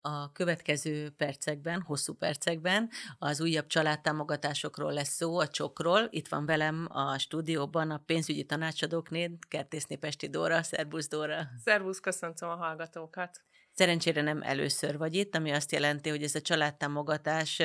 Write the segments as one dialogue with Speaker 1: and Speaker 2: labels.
Speaker 1: A következő percekben, hosszú percekben az újabb családtámogatásokról lesz szó, a csokról. Itt van velem a stúdióban a pénzügyi tanácsadókné, Kertészné Pesti Dóra. Szerbusz, Dóra!
Speaker 2: Szervusz, köszöntöm a hallgatókat!
Speaker 1: Szerencsére nem először vagy itt, ami azt jelenti, hogy ez a családtámogatás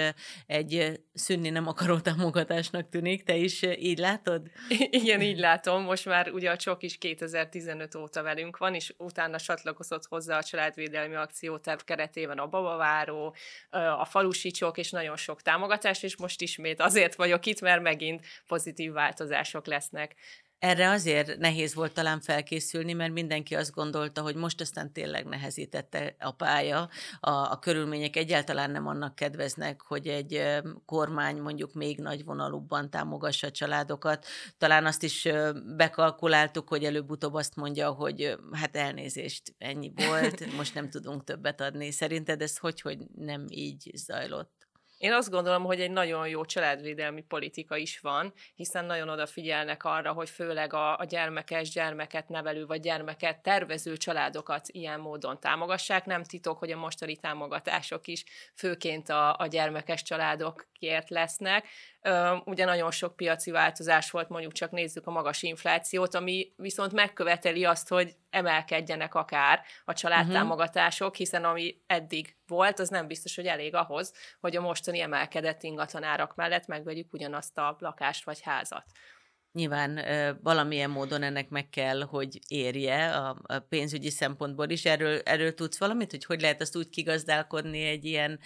Speaker 1: egy szűnni nem akaró támogatásnak tűnik. Te is így látod?
Speaker 2: Igen, így látom. Most már ugye a csok is 2015 óta velünk van, és utána csatlakozott hozzá a Családvédelmi Akcióterv keretében a babaváró, a falusi csok, és nagyon sok támogatás, és most ismét azért vagyok itt, mert megint pozitív változások lesznek.
Speaker 1: Erre azért nehéz volt talán felkészülni, mert mindenki azt gondolta, hogy most aztán tényleg nehezítette a pálya. A körülmények egyáltalán nem annak kedveznek, hogy egy kormány mondjuk még nagyvonalúbban támogassa a családokat. Talán azt is bekalkuláltuk, hogy előbb-utóbb azt mondja, hogy hát elnézést, ennyi volt, most nem tudunk többet adni. Szerinted ez hogy nem így zajlott?
Speaker 2: Én azt gondolom, hogy egy nagyon jó családvédelmi politika is van, hiszen nagyon odafigyelnek arra, hogy főleg a gyermekes, gyermeket nevelő vagy gyermeket tervező családokat ilyen módon támogassák. Nem titok, hogy a mostani támogatások is főként a gyermekes családokért lesznek. Ugye nagyon sok piaci változás volt, mondjuk csak nézzük a magas inflációt, ami viszont megköveteli azt, hogy emelkedjenek akár a családtámogatások, hiszen ami eddig volt, az nem biztos, hogy elég ahhoz, hogy a mostani emelkedett ingatlanárak mellett megvegyük ugyanazt a lakást vagy házat.
Speaker 1: Nyilván valamilyen módon ennek meg kell, hogy érje a pénzügyi szempontból is. Erről tudsz valamit, hogy lehet azt úgy kigazdálkodni egy ilyen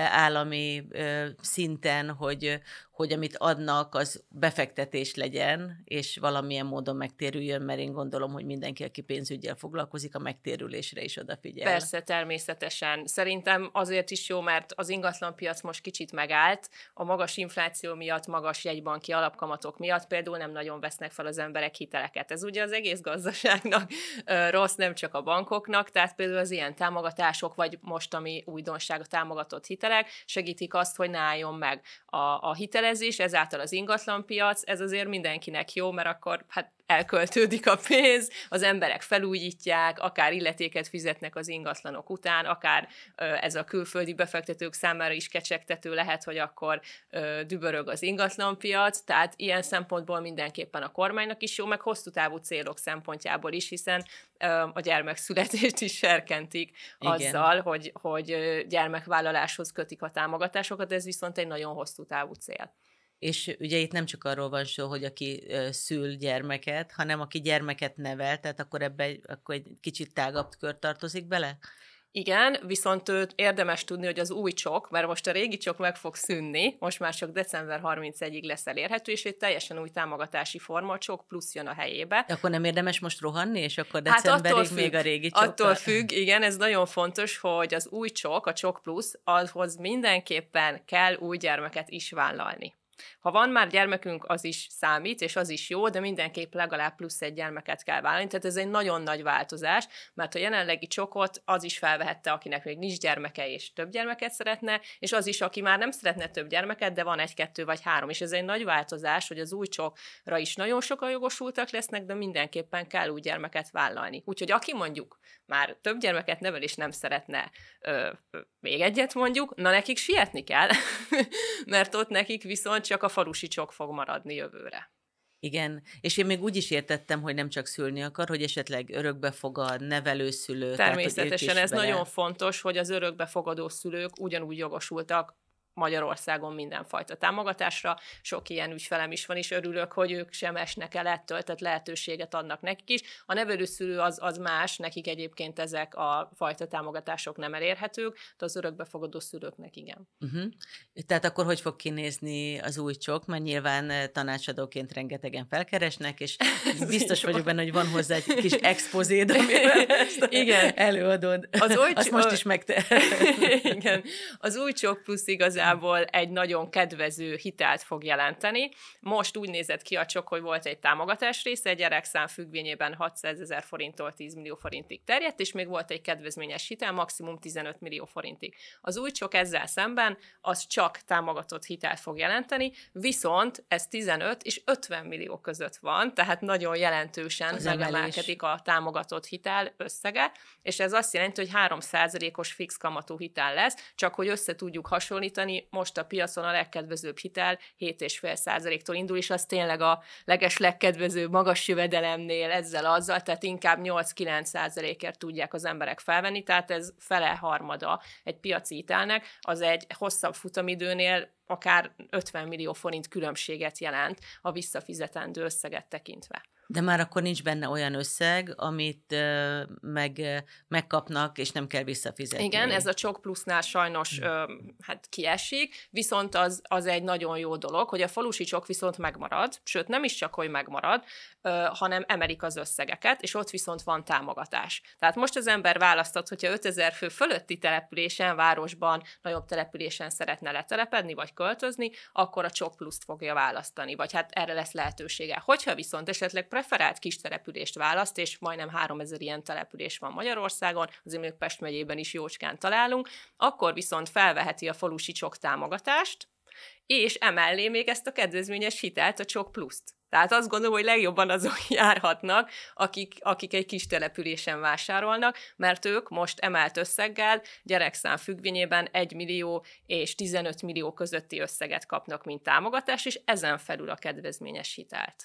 Speaker 1: állami szinten, hogy amit adnak, az befektetés legyen, és valamilyen módon megtérüljön, mert én gondolom, hogy mindenki, aki pénzüggyel foglalkozik, a megtérülésre is odafigyel.
Speaker 2: Persze, természetesen. Szerintem azért is jó, mert az ingatlanpiac most kicsit megállt, a magas infláció miatt, magas jegybanki alapkamatok miatt például nem nagyon vesznek fel az emberek hiteleket. Ez ugye az egész gazdaságnak rossz, nem csak a bankoknak, tehát például az ilyen támogatások, vagy most, ami újdonság, a támogatott hitelek segítik azt, hogy ne álljon meg a hitelezés, ezáltal az ingatlanpiac, ez azért mindenkinek jó, mert akkor hát elköltődik a pénz, az emberek felújítják, akár illetéket fizetnek az ingatlanok után, akár ez a külföldi befektetők számára is kecsegtető lehet, hogy akkor dübörög az ingatlanpiac, tehát ilyen szempontból mindenképpen a kormánynak is jó, meg hosszú távú célok szempontjából is, hiszen a gyermekszületést is serkentik azzal, hogy gyermekvállaláshoz kötik a támogatásokat, ez viszont egy nagyon hosszú távú cél.
Speaker 1: És ugye itt nem csak arról van szó, hogy aki szül gyermeket, hanem aki gyermeket nevel, tehát akkor akkor egy kicsit tágabb kör tartozik bele?
Speaker 2: Igen, viszont érdemes tudni, hogy az új csok, mert most a régi csok meg fog szűnni, most már csak december 31-ig lesz elérhető, és egy teljesen új támogatási forma, a csok plusz jön a helyébe.
Speaker 1: De akkor nem érdemes most rohanni, és akkor decemberig még a régi csokkal?
Speaker 2: Attól függ, igen, ez nagyon fontos, hogy az új csok, a csok plusz, ahhoz mindenképpen kell új gyermeket is vállalni. Ha van már gyermekünk, az is számít, és az is jó, de mindenképp legalább plusz egy gyermeket kell vállalni. Tehát ez egy nagyon nagy változás, mert a jelenlegi csokot az is felvehette, akinek még nincs gyermeke és több gyermeket szeretne, és az is, aki már nem szeretne több gyermeket, de van egy, kettő vagy három. És ez egy nagy változás, hogy az új csokra is nagyon sokan jogosultak lesznek, de mindenképpen kell új gyermeket vállalni. Úgyhogy aki mondjuk már több gyermeket nevel és nem szeretne még egyet mondjuk, na nekik sietni kell, mert ott nekik viszont csak a falusi csok fog maradni jövőre.
Speaker 1: Igen, és én még úgy is értettem, hogy nem csak szülni akar, hogy esetleg örökbefogad, nevelőszülő.
Speaker 2: Természetesen ez nagyon fontos, hogy az örökbefogadó szülők ugyanúgy jogosultak Magyarországon mindenfajta támogatásra. Sok ilyen ügyfelem is van, és örülök, hogy ők sem esnek el ettől, tehát lehetőséget adnak nekik is. A nevelőszülő az más, nekik egyébként ezek a fajta támogatások nem elérhetők, de az örökbefogadó szülőknek igen.
Speaker 1: Tehát akkor hogy fog kinézni az új csok? Mert nyilván tanácsadóként rengetegen felkeresnek, és biztos vagyok benne, hogy van hozzá egy kis expozéd, amivel
Speaker 2: igen.
Speaker 1: előadod. Azt most is megteheted.
Speaker 2: Igen. Az új csok plusz igazán igazából egy nagyon kedvező hitelt fog jelenteni. Most úgy nézett ki a csok, hogy volt egy támogatás része, egy gyerekszám függvényében 600 000 forinttól 10 millió forintig terjedt, és még volt egy kedvezményes hitel, maximum 15 millió forintig. Az új csok ezzel szemben az csak támogatott hitelt fog jelenteni, viszont ez 15 és 50 millió között van, tehát nagyon jelentősen megemelkedik a támogatott hitel összege, és ez azt jelenti, hogy 3%-os fix kamatú hitel lesz, csak hogy össze tudjuk hasonlítani, most a piacon a legkedvezőbb hitel 7,5%-tól indul, és az tényleg a legkedvezőbb magas jövedelemnél ezzel-azzal, tehát inkább 8-9%-ért tudják az emberek felvenni, tehát ez fele-harmada egy piaci hitelnek, az egy hosszabb futamidőnél akár 50 millió forint különbséget jelent a visszafizetendő összeget tekintve.
Speaker 1: De már akkor nincs benne olyan összeg, amit megkapnak, és nem kell visszafizetni.
Speaker 2: Igen, ez a Csok Plusznál sajnos kiesik, viszont az egy nagyon jó dolog, hogy a falusi csok viszont megmarad, sőt nem is csak, hogy megmarad, hanem emelik az összegeket, és ott viszont van támogatás. Tehát most az ember választhat, hogyha 5000 fő fölötti településen, városban, nagyobb településen szeretne letelepedni, vagy költözni, akkor a Csok Pluszt fogja választani, vagy hát erre lesz lehetősége. Hogyha viszont esetleg preferált kis települést választ, és majdnem 3000 ilyen település van Magyarországon, azért még Pest megyében is jócskán találunk, akkor viszont felveheti a falusi csok támogatást, és emellé még ezt a kedvezményes hitelt, a Csok Pluszt. Tehát azt gondolom, hogy legjobban azok járhatnak, akik egy kis településen vásárolnak, mert ők most emelt összeggel, gyerekszám függvényében 1 millió és 15 millió közötti összeget kapnak, mint támogatás, és ezen felül a kedvezményes hitelt.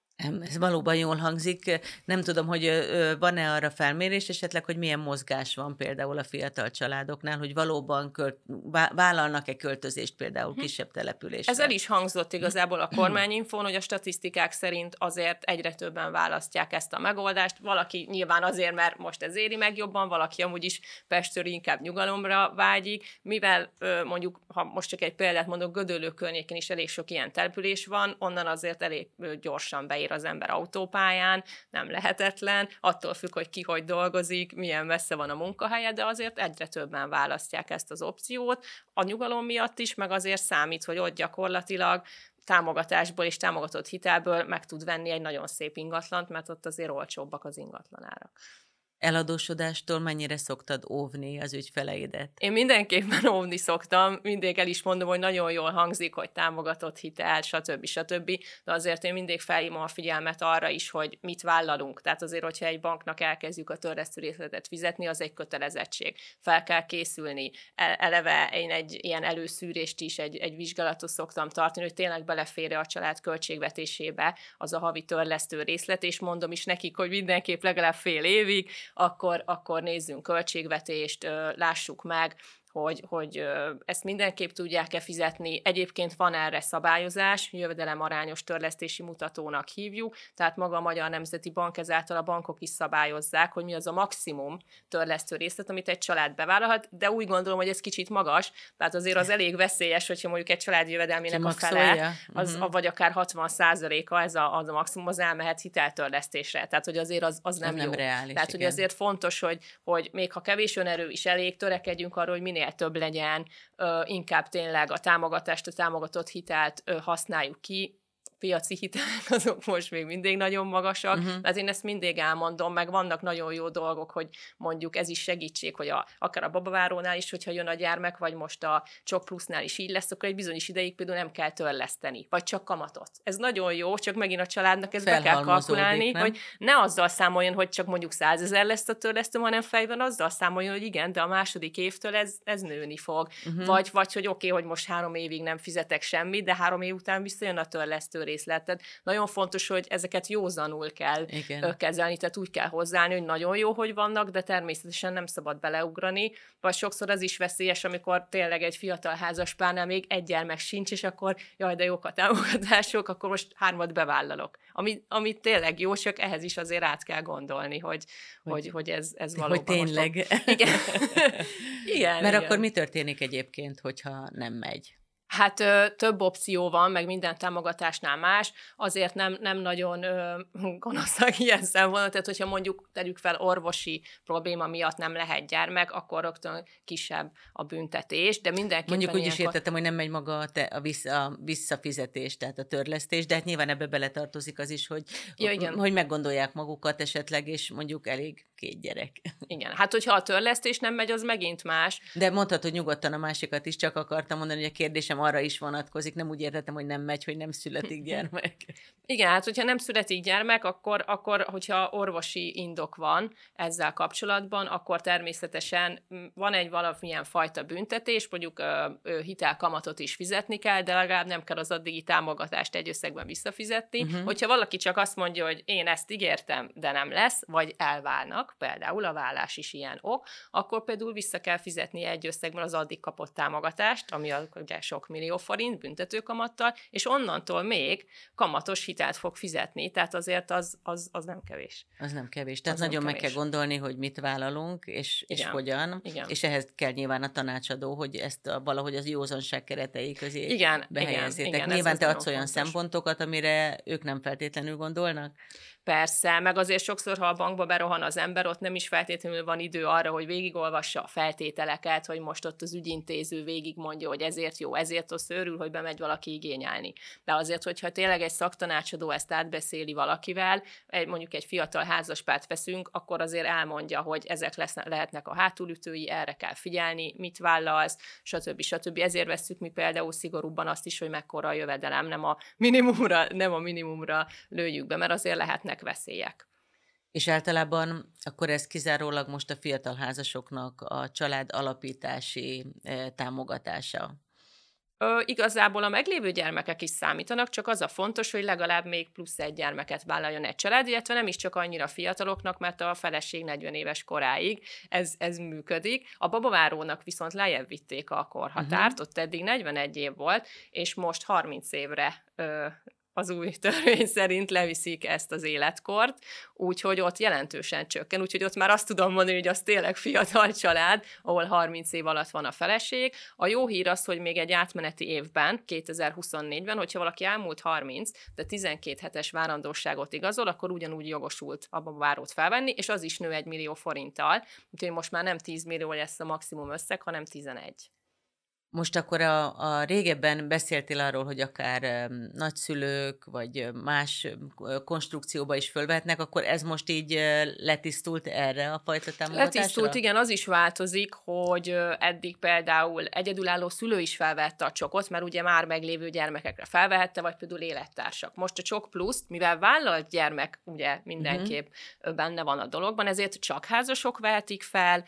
Speaker 1: Ez valóban jól hangzik. Nem tudom, hogy van-e arra felmérés esetleg, hogy milyen mozgás van például a fiatal családoknál, hogy valóban vállalnak-e költözést például kisebb településre.
Speaker 2: Ez el is hangzott igazából a kormányinfón, hogy a statisztikák szerint azért egyre többen választják ezt a megoldást. Valaki nyilván azért, mert most ez éri meg jobban, valaki amúgy is Pestről inkább nyugalomra vágyik, mivel mondjuk, ha most csak egy példát mondok, Gödöllő környékén is elég sok ilyen település van, onnan azért elég gyorsan beér az ember autópályán, nem lehetetlen, attól függ, hogy ki hogy dolgozik, milyen messze van a munkahelye, de azért egyre többen választják ezt az opciót, a nyugalom miatt is, meg azért számít, hogy ott gyakorlatilag támogatásból és támogatott hitelből meg tud venni egy nagyon szép ingatlant, mert ott azért olcsóbbak az ingatlanárak.
Speaker 1: Eladósodástól mennyire szoktad óvni az ügyfeleidet?
Speaker 2: Én mindenképpen óvni szoktam, mindig el is mondom, hogy nagyon jól hangzik, hogy támogatott hitel, stb. De azért én mindig felhívom a figyelmet arra is, hogy mit vállalunk. Tehát azért, hogyha egy banknak elkezdjük a törlesztő részletet fizetni, az egy kötelezettség. Fel kell készülni. Eleve én egy ilyen előszűrést is, egy vizsgálatot szoktam tartani, hogy tényleg belefér a család költségvetésébe az a havi törlesztő részlet, és mondom is nekik, hogy mindenképp legalább fél évig, akkor nézzünk költségvetést, lássuk meg, hogy ezt mindenképp tudják-e fizetni. Egyébként van erre szabályozás, jövedelemarányos törlesztési mutatónak hívjuk, tehát maga a Magyar Nemzeti Bank, ezáltal a bankok is szabályozzák, hogy mi az a maximum törlesztő részlet, amit egy család bevállalhat, de úgy gondolom, hogy ez kicsit magas, tehát azért az elég veszélyes, hogyha mondjuk egy család jövedelmének a fele, vagy akár 60%-a, az a maximum, az elmehet hiteltörlesztésre, tehát hogy azért az nem jó.
Speaker 1: Reális,
Speaker 2: tehát hogy azért fontos, hogy még ha kevés önerő is elég, törekedjünk arra, hogy minél több legyen, inkább tényleg a támogatást, a támogatott hitelt használjuk ki. Piaci hitelek azok most még mindig nagyon magasak, tehát én ezt mindig elmondom, meg vannak nagyon jó dolgok, hogy mondjuk ez is segítség, hogy akár a babavárónál is, hogyha jön a gyermek, vagy most a Csok Plusznál is így lesz, akkor egy bizonyos ideig például nem kell törleszteni, vagy csak kamatot. Ez nagyon jó, csak megint a családnak ezt be kell kalkulálni, hogy ne azzal számoljon, hogy csak mondjuk 100 000 lesz a törlesztő, hanem fejben azzal számoljon, hogy igen, de a második évtől ez nőni fog. Vagy hogy oké, hogy most 3 évig nem fizetek semmit, de 3 év után visszajön a törlesztő részletet. Nagyon fontos, hogy ezeket józanul kell kezelni, tehát úgy kell hozzáállni, hogy nagyon jó, hogy vannak, de természetesen nem szabad beleugrani, vagy sokszor az is veszélyes, amikor tényleg egy fiatal házaspárnál még egy gyermek sincs, és akkor jaj, de jók a támogatások, akkor most 3 bevállalok. Ami tényleg jó, csak ehhez is azért át kell gondolni, hogy ez valóban.
Speaker 1: Hogy tényleg.
Speaker 2: Igen. Igen.
Speaker 1: Mert akkor mi történik egyébként, hogyha nem megy?
Speaker 2: Hát több opció van, meg minden támogatásnál más, azért nem nagyon gonoszak ilyen szempontból, tehát hogyha mondjuk tegyük fel orvosi probléma miatt nem lehet gyermek, akkor rögtön kisebb a büntetés, de mindenképpen
Speaker 1: Mondjuk úgy is
Speaker 2: ilyenkor...
Speaker 1: értettem, hogy nem megy maga a visszafizetés, tehát a törlesztés, de hát nyilván ebbe beletartozik az is, hogy meggondolják magukat esetleg, és mondjuk elég 2 gyerek.
Speaker 2: Igen, hát hogyha a törlesztés nem megy, az megint más.
Speaker 1: De mondhatod nyugodtan a másikat is, csak akartam mondani, hogy a kérdésem arra is vonatkozik, nem úgy értettem, hogy nem megy, hogy nem születik gyermek.
Speaker 2: Igen, hát hogyha nem születik gyermek, akkor hogyha orvosi indok van ezzel kapcsolatban, akkor természetesen van egy valamilyen fajta büntetés, mondjuk hitelkamatot is fizetni kell, de legalább nem kell az addigi támogatást egy összegben visszafizetni. Hogyha valaki csak azt mondja, hogy én ezt ígértem, de nem lesz, vagy elválnak, például a vállás is ilyen ok, akkor például vissza kell fizetni egy összegben az addig kapott támogatást, ami ugye sok millió forint büntetőkamattal, és onnantól még kamatos hitelt fog fizetni, tehát azért az nem kevés.
Speaker 1: Az nem kevés. Tehát nagyon meg kell gondolni, hogy mit vállalunk, és hogyan, és ehhez kell nyilván a tanácsadó, hogy ezt valahogy az józanság keretei közé behelyezzétek.
Speaker 2: Igen,
Speaker 1: nyilván te adsz olyan szempontokat, amire ők nem feltétlenül gondolnak?
Speaker 2: Persze, meg azért sokszor, ha a bankba berohan az ember, ott nem is feltétlenül van idő arra, hogy végigolvassa a feltételeket, hogy most ott az ügyintéző végigmondja, hogy ezért jó, ezért az örül, hogy bemegy valaki igényelni. De azért, hogyha tényleg egy szaktanácsadó ezt átbeszéli valakivel, mondjuk egy fiatal házaspárt veszünk, akkor azért elmondja, hogy ezek lehetnek a hátulütői, erre kell figyelni, mit vállalsz, stb. Ezért vesszük mi például szigorúbban azt is, hogy mekkora a jövedelem, nem a minimumra lőjük be, mert azért lehetnek veszélyek.
Speaker 1: És általában akkor ez kizárólag most a fiatal házasoknak a család alapítási támogatása?
Speaker 2: Igazából a meglévő gyermekek is számítanak, csak az a fontos, hogy legalább még plusz 1 gyermeket vállaljon egy család, illetve nem is csak annyira fiataloknak, mert a feleség 40 éves koráig ez működik. A babavárónak viszont lejjebb vitték a korhatárt, ott eddig 41 év volt, és most 30 évre az új törvény szerint leviszik ezt az életkort, úgyhogy ott jelentősen csökken, úgyhogy ott már azt tudom mondani, hogy az tényleg fiatal család, ahol 30 év alatt van a feleség. A jó hír az, hogy még egy átmeneti évben, 2024-ben, hogyha valaki elmúlt 30, de 12 hetes várandóságot igazol, akkor ugyanúgy jogosult a babavárót felvenni, és az is nő 1 millió forinttal, úgyhogy most már nem 10 millió lesz a maximum összeg, hanem 11.
Speaker 1: Most akkor a régebben beszéltél arról, hogy akár nagyszülők, vagy más konstrukcióba is fölvehetnek, akkor ez most így letisztult erre a fajta támogatásra?
Speaker 2: Letisztult, igen, az is változik, hogy eddig például egyedülálló szülő is felvette a csokot, mert ugye már meglévő gyermekekre felvehette, vagy például élettársak. Most a csok pluszt, mivel vállalt gyermek ugye mindenképp benne van a dologban, ezért csak házasok vehetik fel,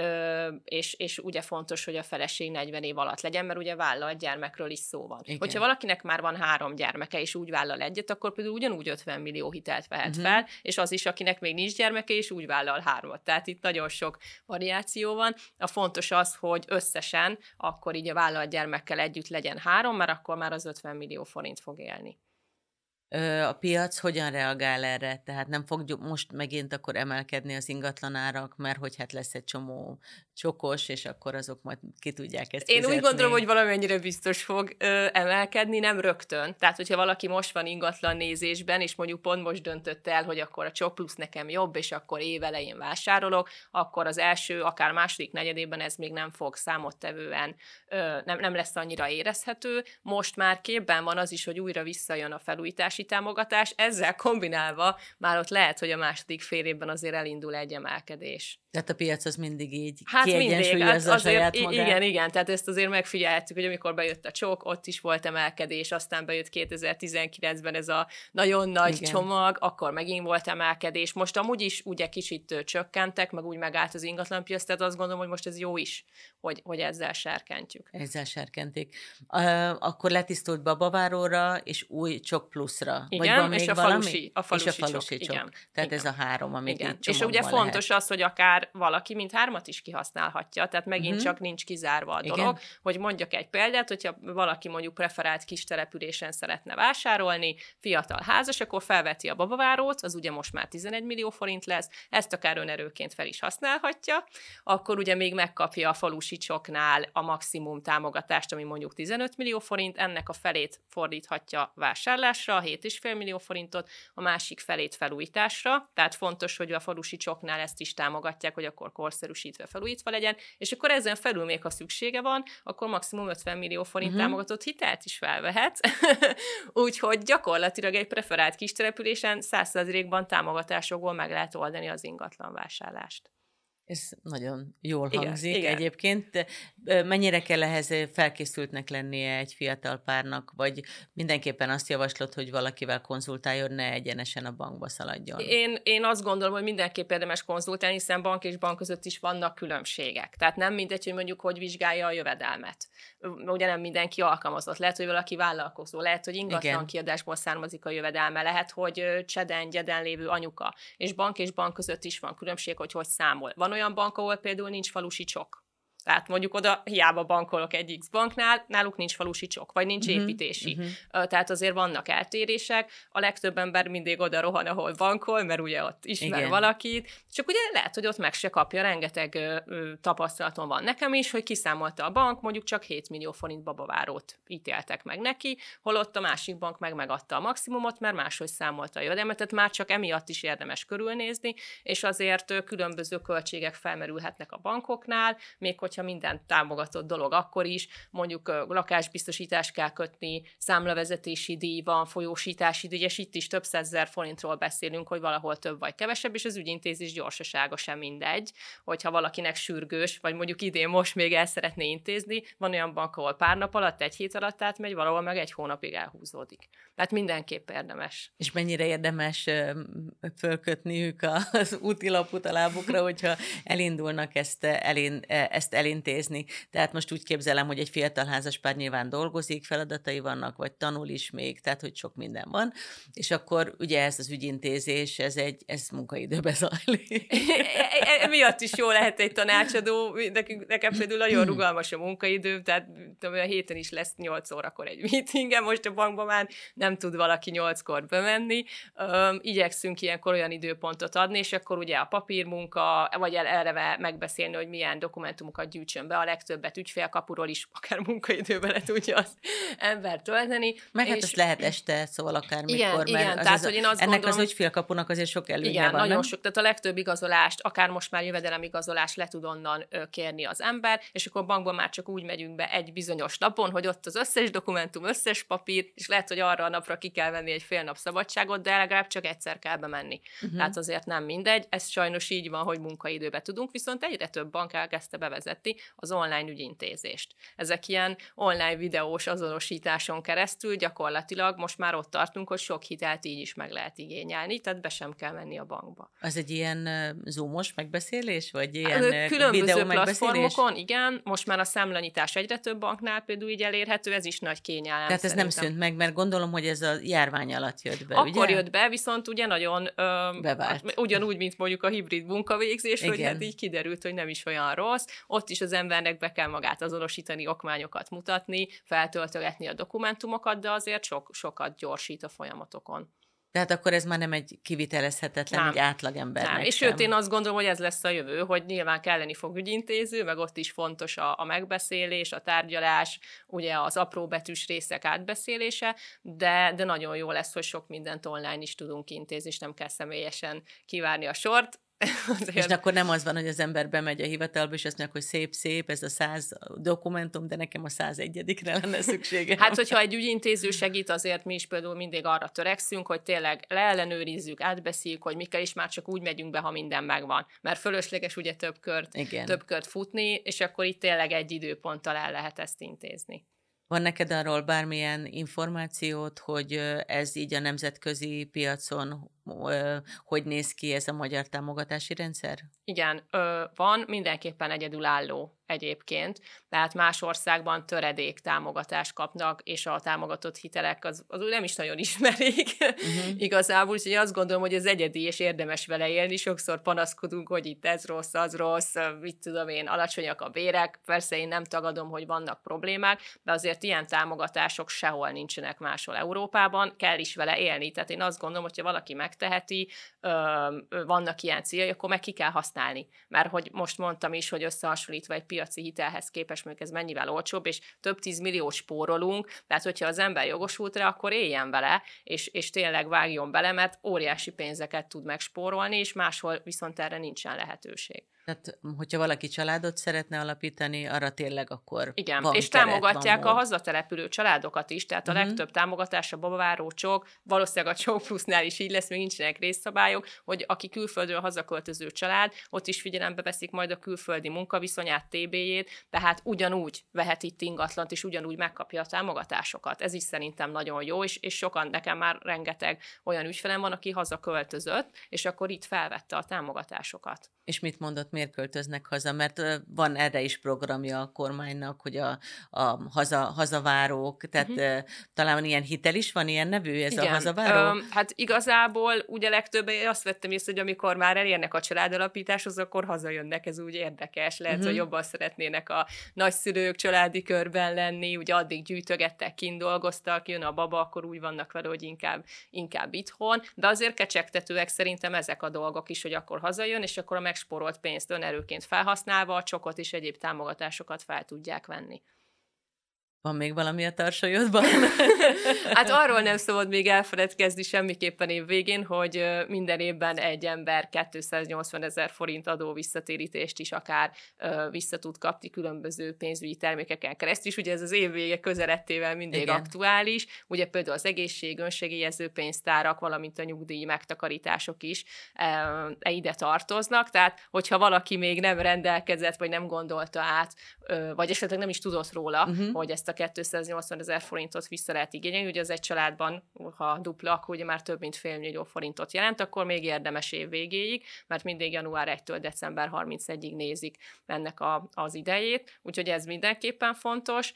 Speaker 2: és ugye fontos, hogy a feleség 40 év alatt legyen, mert ugye vállalt gyermekről is szó van. Igen. Hogyha valakinek már van 3 gyermeke, és úgy vállal egyet, akkor például ugyanúgy 50 millió hitelt vehet fel, és az is, akinek még nincs gyermeke, és úgy vállal 3-at. Tehát itt nagyon sok variáció van. A fontos az, hogy összesen akkor így a vállalt gyermekkel együtt legyen 3, mert akkor már az 50 millió forint fog élni.
Speaker 1: A piac hogyan reagál erre? Tehát nem fog most megint akkor emelkedni az ingatlanárak, mert hogy hát lesz egy csomó csokos, és akkor azok majd ki tudják ezt fizetni.
Speaker 2: Én úgy gondolom, hogy valamennyire biztos fog emelkedni, nem rögtön. Tehát, hogyha valaki most van ingatlan nézésben, és mondjuk pont most döntött el, hogy akkor a csok plusz nekem jobb, és akkor évelején vásárolok, akkor az első, akár második negyedében ez még nem fog számottevően, nem lesz annyira érezhető. Most már képben van az is, hogy újra visszajön a felújítási támogatás, ezzel kombinálva már ott lehet, hogy a második fél évben azért elindul egy emelkedés.
Speaker 1: Tehát a piac az mindig így
Speaker 2: kiegyensúlyozza
Speaker 1: a saját magát.
Speaker 2: Igen, tehát ezt azért megfigyeltük, hogy amikor bejött a csok, ott is volt emelkedés, aztán bejött 2019-ben ez a nagyon nagy csomag, akkor megint volt emelkedés. Most amúgy is ugye kicsit csökkentek, meg úgy megállt az ingatlanpiac, tehát azt gondolom, hogy most ez jó is, hogy ezzel serkentjük.
Speaker 1: Ezzel serkentik. Akkor letisztult babaváróra, és új csok pluszra.
Speaker 2: Igen,
Speaker 1: vagy van
Speaker 2: és
Speaker 1: még
Speaker 2: a falusi
Speaker 1: és a falusi csok.
Speaker 2: Igen.
Speaker 1: Tehát
Speaker 2: Igen.
Speaker 1: ez a 3, amit
Speaker 2: igen.
Speaker 1: így
Speaker 2: És ugye fontos
Speaker 1: lehet.
Speaker 2: az, hogy akár akár valaki mindhármat is kihasználhatja, tehát megint csak nincs kizárva a dolog. Hogy mondjak egy példát, hogyha valaki mondjuk preferált kis településen szeretne vásárolni, fiatal házas, akkor felveti a babavárót, az ugye most már 11 millió forint lesz, ezt akár önerőként fel is használhatja, akkor ugye még megkapja a falusi csoknál a maximum támogatást, ami mondjuk 15 millió forint, ennek a felét fordíthatja vásárlásra, 7,5 millió forintot, a másik felét felújításra, tehát fontos, hogy a falusi csoknál ezt is támogatják, hogy akkor korszerűsítve, felújítva legyen, és akkor ezen felül még, ha szüksége van, akkor maximum 50 millió forint támogatott hitelt is felvehet. Úgyhogy gyakorlatilag egy preferált kistelepülésen 100%-ban támogatásokból meg lehet oldani az ingatlan vásárlást.
Speaker 1: Ez nagyon jól hangzik egyébként. De mennyire kell ehhez felkészültnek lennie egy fiatal párnak, vagy mindenképpen azt javaslod, hogy valakivel konzultáljon, ne egyenesen a bankba szaladjon?
Speaker 2: Én azt gondolom, hogy mindenképp érdemes konzultálni, hiszen bank és bank között is vannak különbségek. Tehát nem mindegy, hogy mondjuk hogy vizsgálja a jövedelmet. Ugye nem mindenki alkalmazott. Lehet, hogy valaki vállalkozó, lehet, hogy ingatlan kiadásból származik a jövedelme, lehet, hogy cseden-gyeden lévő anyuka. És bank között is van különbség, hogy számol. Van olyan bank, ahol például nincs falusi csok. Tehát mondjuk oda hiába bankolok egy X banknál, náluk nincs falusi csok, vagy nincs építési. Tehát azért vannak eltérések. A legtöbb ember mindig oda rohan, ahol bankol, mert ugye ott ismer valakit. Csak ugye lehet, hogy ott meg se kapja, rengeteg tapasztalaton van nekem is, hogy kiszámolta a bank, mondjuk csak 7 millió forint babavárót ítéltek meg neki, holott a másik bank megadta a maximumot, mert máshogy számolta a jövedelmet, tehát már csak emiatt is érdemes körülnézni, és azért különböző költségek felmerülhetnek a bankoknál, még hogyha minden támogatott dolog akkor is, mondjuk lakásbiztosítást kell kötni, számlavezetési díj van, folyósítási díj, és itt is több százezer forintról beszélünk, hogy valahol több vagy kevesebb, és az ügyintézés gyorsasága sem mindegy, hogyha valakinek sürgős, vagy mondjuk idén most még el szeretné intézni, van olyan bank, ahol pár nap alatt, egy hét alatt átmegy, valahol meg egy hónapig elhúzódik. Tehát mindenképp érdemes.
Speaker 1: És mennyire érdemes fölkötniük az útilapot a lábukra, hogyha elindulnak ezt elintézni. Tehát most úgy képzelem, hogy egy fiatal házaspár nyilván dolgozik, feladatai vannak, vagy tanul is még, tehát hogy sok minden van, és akkor ugye ez az ügyintézés, ez munkaidőbe zajlik.
Speaker 2: Miatt is jó lehet egy tanácsadó, nekem például nagyon rugalmas a munkaidő, tehát a héten is lesz 8 órakor egy meetingen, most a bankban már nem tud valaki 8-kor bemenni. Igyekszünk ilyenkor olyan időpontot adni, és akkor ugye a papírmunka, vagy eleve megbeszélni, hogy milyen dokumentumokat gyűjtsön be, a legtöbbet ügyfélkapuról is, akár munkaidőben le tudja az ember tölteni.
Speaker 1: Meg hát azt lehet este, szóval akármikor,
Speaker 2: igen, tehát, hogy én azt
Speaker 1: ennek
Speaker 2: gondolom,
Speaker 1: az ügyfélkapunak azért sok előnye van,
Speaker 2: nagyon
Speaker 1: nem?
Speaker 2: sok, tehát a legtöbb igazolást, akár most már jövedelemigazolást le tud onnan kérni az ember, és akkor bankban már csak úgy megyünk be egy bizonyos napon, hogy ott az összes dokumentum, összes papír, és lehet, hogy arra a napra ki kell venni egy fél nap szabadságot, de legalább csak egyszer kell bemenni. Tehát azért nem mindegy, ez sajnos így van, hogy munkaidőbe tudunk, viszont egyre több bank elkezdte bevezetni az online ügyintézést. Ezek ilyen online videós azonosításon keresztül gyakorlatilag most már ott tartunk, hogy sok hitelt így is meg lehet igényelni, tehát be sem kell menni a bankba.
Speaker 1: Az egy ilyen zoomos megbeszélés, vagy ilyen
Speaker 2: különböző platformokon, igen, most már a számlanyítás egyre több banknál például így elérhető, ez is nagy kényelem.
Speaker 1: Tehát ez nem szűnt meg, mert gondolom, hogy ez a járvány alatt jött be,
Speaker 2: akkor
Speaker 1: ugye?
Speaker 2: jött be, viszont ugye nagyon
Speaker 1: bevált.
Speaker 2: Ugyanúgy, mint mondjuk a hibrid munkavégzés,
Speaker 1: igen.
Speaker 2: hogy hát így kiderült, hogy nem is olyan rossz. Ott is az embernek be kell magát azonosítani, okmányokat mutatni, feltöltögetni a dokumentumokat, de azért sokat gyorsít a folyamatokon.
Speaker 1: Tehát akkor ez már nem egy kivitelezhetetlen, egy átlagembernek
Speaker 2: nem. És sőt, én azt gondolom, hogy ez lesz a jövő, hogy nyilván kelleni fog ügyintéző, meg ott is fontos a megbeszélés, a tárgyalás, ugye az apróbetűs részek átbeszélése, de nagyon jó lesz, hogy sok mindent online is tudunk intézni, és nem kell személyesen kivárni a sort.
Speaker 1: És akkor nem az van, hogy az ember bemegy a hivatalba, és azt mondja, hogy szép, ez a 100 dokumentum, de nekem a 101-re lenne szüksége.
Speaker 2: Hát, hogyha egy ügyintéző segít, azért mi is például mindig arra törekszünk, hogy tényleg leellenőrizzük, átbeszéljük, hogy mikor is már csak úgy megyünk be, ha minden megvan. Mert fölösleges ugye több kört futni, és akkor itt tényleg egy időponttal el lehet ezt intézni.
Speaker 1: Van neked arról bármilyen információt, hogy ez így a nemzetközi piacon hogy néz ki ez a magyar támogatási rendszer?
Speaker 2: Igen, van, mindenképpen egyedülálló egyébként, tehát más országban töredék támogatást kapnak, és a támogatott hitelek az úgy nem is nagyon ismerik igazából, úgyhogy azt gondolom, hogy ez egyedi, és érdemes vele élni. Sokszor panaszkodunk, hogy itt ez rossz, az rossz, mit tudom én, alacsonyak a bérek, persze én nem tagadom, hogy vannak problémák, de azért ilyen támogatások sehol nincsenek máshol Európában, kell is vele élni. Tehát én azt gondolom, hogyha valaki megteheti, vannak ilyen céljai, akkor meg ki kell használni. Mert hogy most mondtam is, hogy összehasonlítva egy piaci hitelhez képest mondjuk ez mennyivel olcsóbb, és több 10 milliót spórolunk, tehát hogyha az ember jogosult rá, akkor éljen vele, és tényleg vágjon bele, mert óriási pénzeket tud megspórolni, és máshol viszont erre nincsen lehetőség.
Speaker 1: Tehát, hogyha valaki családot szeretne alapítani, arra tényleg akkor
Speaker 2: igen,
Speaker 1: van
Speaker 2: és
Speaker 1: keret,
Speaker 2: támogatják
Speaker 1: van
Speaker 2: a hazatelepülő családokat is, tehát a legtöbb támogatás a babaváró csok, valószínűleg a csok plusznál is így lesz, még nincsenek részszabályok, hogy aki külföldről hazaköltöző család, ott is figyelembe veszik majd a külföldi munkaviszonyát, TB-jét, tehát ugyanúgy vehet itt ingatlant, és ugyanúgy megkapja a támogatásokat. Ez is szerintem nagyon jó, és sokan, nekem már rengeteg olyan ügyfelem van, aki hazaköltözött, és akkor itt felvette a támogatásokat.
Speaker 1: És mit mondott, miért költöznek haza? Mert van erre is programja a kormánynak, hogy a hazavárók, tehát talán ilyen hitel is van, ilyen nevű ez
Speaker 2: igen,
Speaker 1: a hazaváró?
Speaker 2: Hát igazából ugye legtöbben azt vettem észre, hogy amikor már elérnek a családalapításhoz, akkor hazajönnek, ez úgy érdekes. Lehet, hogy jobban szeretnének a nagyszülők családi körben lenni, ugye addig gyűjtögettek, kint dolgoztak, jön a baba, akkor úgy vannak vele, hogy inkább itthon, de azért kecsegtetőek szerintem ezek a dolgok is, hogy akkor hazajön, és akkor a megspórolt pénzt önerőként felhasználva a csokot és egyéb támogatásokat fel tudják venni.
Speaker 1: Van még valami a tarsolyodban?
Speaker 2: Hát arról nem szabad még elfeledkezni semmiképpen év végén, hogy minden évben egy ember 280 000 forint adó visszatérítést is akár vissza tud kapni különböző pénzügyi termékeken keresztül, és ugye ez az év vége közelettével mindig igen. aktuális, ugye például az egészség, önsegélyező pénztárak, valamint a nyugdíj megtakarítások is ide tartoznak, tehát hogyha valaki még nem rendelkezett, vagy nem gondolta át, vagy esetleg nem is tudott róla, hogy ezt a 280 000 forintot vissza lehet igényelni, ugye az egy családban, ha dupla, akkor ugye már több mint fél millió forintot jelent, akkor még érdemes év végéig, mert mindig január 1-től december 31-ig nézik ennek az idejét, úgyhogy ez mindenképpen fontos.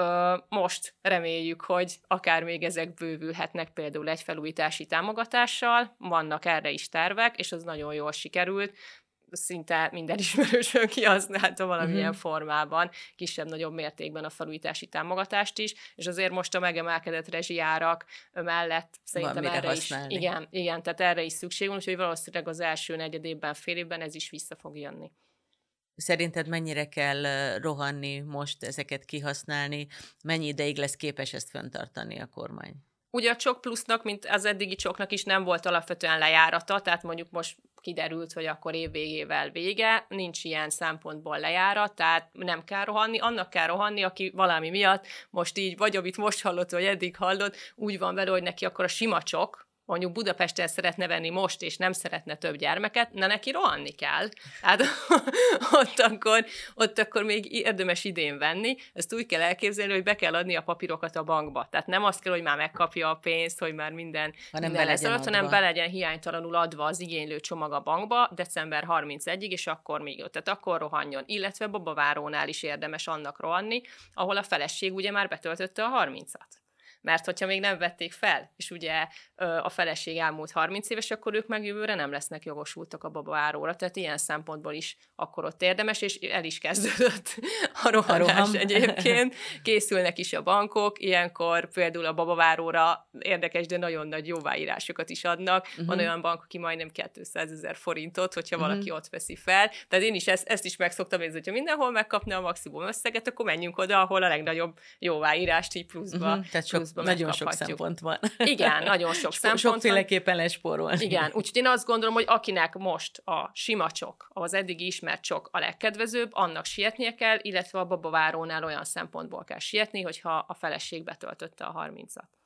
Speaker 2: Most reméljük, hogy akár még ezek bővülhetnek például egy felújítási támogatással, vannak erre is tervek, és az nagyon jól sikerült, szinte minden ismerősön kihasználta valamilyen formában, kisebb-nagyobb mértékben a felújítási támogatást is, és azért most a megemelkedett rezsijárak mellett szerintem erre
Speaker 1: használni.
Speaker 2: is, igen, tehát erre is szükség van, úgyhogy valószínűleg az első negyedében, fél évben ez is vissza fog jönni.
Speaker 1: Szerinted mennyire kell rohanni most ezeket kihasználni, mennyi ideig lesz képes ezt fenntartani a kormány?
Speaker 2: Ugye a csok plusznak, mint az eddigi csoknak is nem volt alapvetően lejárata, tehát mondjuk most kiderült, hogy akkor év végével vége, nincs ilyen szempontból lejárat, tehát nem kell rohanni, annak kell rohanni, aki valami miatt most így, vagy amit most hallott, vagy eddig hallott, úgy van vele, hogy neki akkor a sima csok, mondjuk Budapesten szeretne venni most, és nem szeretne több gyermeket, neki rohanni kell. Tehát ott akkor még érdemes idén venni. Ezt úgy kell elképzelni, hogy be kell adni a papírokat a bankba. Tehát nem azt kell, hogy már megkapja a pénzt, hogy már minden lesz alatt, hanem be legyen hiánytalanul adva az igénylő csomag a bankba december 31-ig, és akkor még ott. Tehát akkor rohanjon. Illetve babavárónál is érdemes annak rohanni, ahol a feleség ugye már betöltötte a 30-at. Mert hogyha még nem vették fel, és ugye a feleség elmúlt 30 éves, akkor ők meg jövőre nem lesznek jogosultak a babaváróra, tehát ilyen szempontból is akkor ott érdemes, és el is kezdődött a rohanás egyébként. Készülnek is a bankok, ilyenkor például a babaváróra érdekes, de nagyon nagy jóváírásokat is adnak. Van olyan bank, aki majdnem 200 000 forintot, hogyha valaki ott veszi fel. Tehát én is ezt is megszoktam, hogy hogyha mindenhol megkapna a maximum összeget, akkor menjünk oda, ahol a legnagyobb jóváírást így pluszba
Speaker 1: nagyon sok szempont van.
Speaker 2: Igen, nagyon sok szempont van.
Speaker 1: Sokféleképpen lehet spórolni.
Speaker 2: Igen, úgyhogy én azt gondolom, hogy akinek most a sima csok, az eddigi ismert csok a legkedvezőbb, annak sietnie kell, illetve a babavárónál olyan szempontból kell sietni, hogyha a feleség betöltötte a 30-at.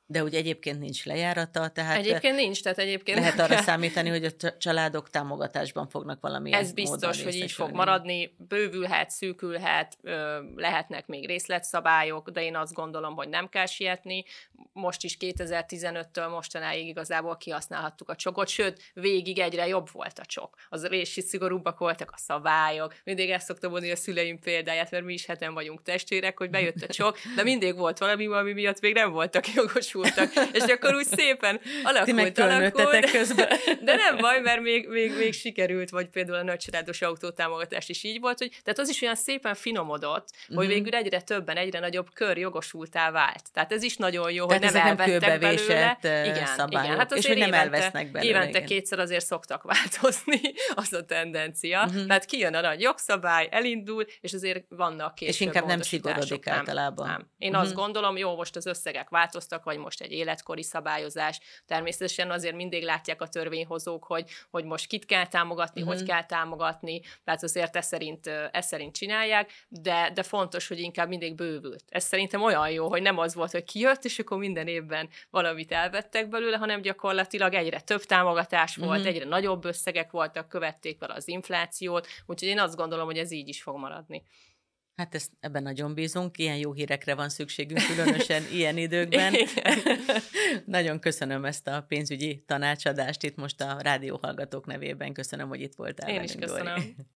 Speaker 1: De ugye egyébként nincs lejárata, tehát
Speaker 2: Egyébként nincs, tehát egyébként
Speaker 1: lehet arra számítani, hogy a családok támogatásban fognak valamilyen
Speaker 2: ez biztos,
Speaker 1: módon
Speaker 2: hogy így fog
Speaker 1: részesülni.
Speaker 2: maradni, bővülhet, szűkülhet, lehetnek még részletszabályok, de én azt gondolom, hogy nem kell sietni. Most is 2015-től mostanáig igazából kihasználhattuk a csokot, sőt, végig egyre jobb volt a csok. Az rési szigorúbbak voltak a szabályok. Mindig ezt szoktam mondani a szüleim példáját, mert mi is heten vagyunk testvérek, hogy bejött a csok, de mindig volt valami miatt még nem voltak jogosultak. És akkor úgy szépen alakult, de nem baj, mert még sikerült, vagy például a nagycsaládos autótámogatás is így volt, hogy tehát az is olyan szépen finomodott, hogy végül egyre többen, egyre nagyobb kör jogosultá vált. Tehát ez is nagyon jó,
Speaker 1: tehát
Speaker 2: hogy nem elvettek belőle.
Speaker 1: Igen,
Speaker 2: hát
Speaker 1: és hogy nem elvesznek belőle.
Speaker 2: Évente kétszer azért szoktak változni, az a tendencia. Tehát kijön a nagy jogszabály, elindul, és azért vannak később
Speaker 1: és inkább nem
Speaker 2: módosítások.
Speaker 1: szigorodik általában.
Speaker 2: Nem. Én azt gondolom, jó, most az összegek változtak, vagy most egy életkori szabályozás. Természetesen azért mindig látják a törvényhozók, hogy most kit kell támogatni, hogy kell támogatni, tehát azért ezt szerint csinálják, de fontos, hogy inkább mindig bővült. Ez szerintem olyan jó, hogy nem az volt, hogy kijött, és akkor minden évben valamit elvettek belőle, hanem gyakorlatilag egyre több támogatás volt, egyre nagyobb összegek voltak, követték vele az inflációt, úgyhogy én azt gondolom, hogy ez így is fog maradni.
Speaker 1: Hát ebben nagyon bízunk, ilyen jó hírekre van szükségünk, különösen ilyen időkben. Nagyon köszönöm ezt a pénzügyi tanácsadást itt most a rádióhallgatók nevében. Köszönöm, hogy itt voltál.
Speaker 2: Én is köszönöm.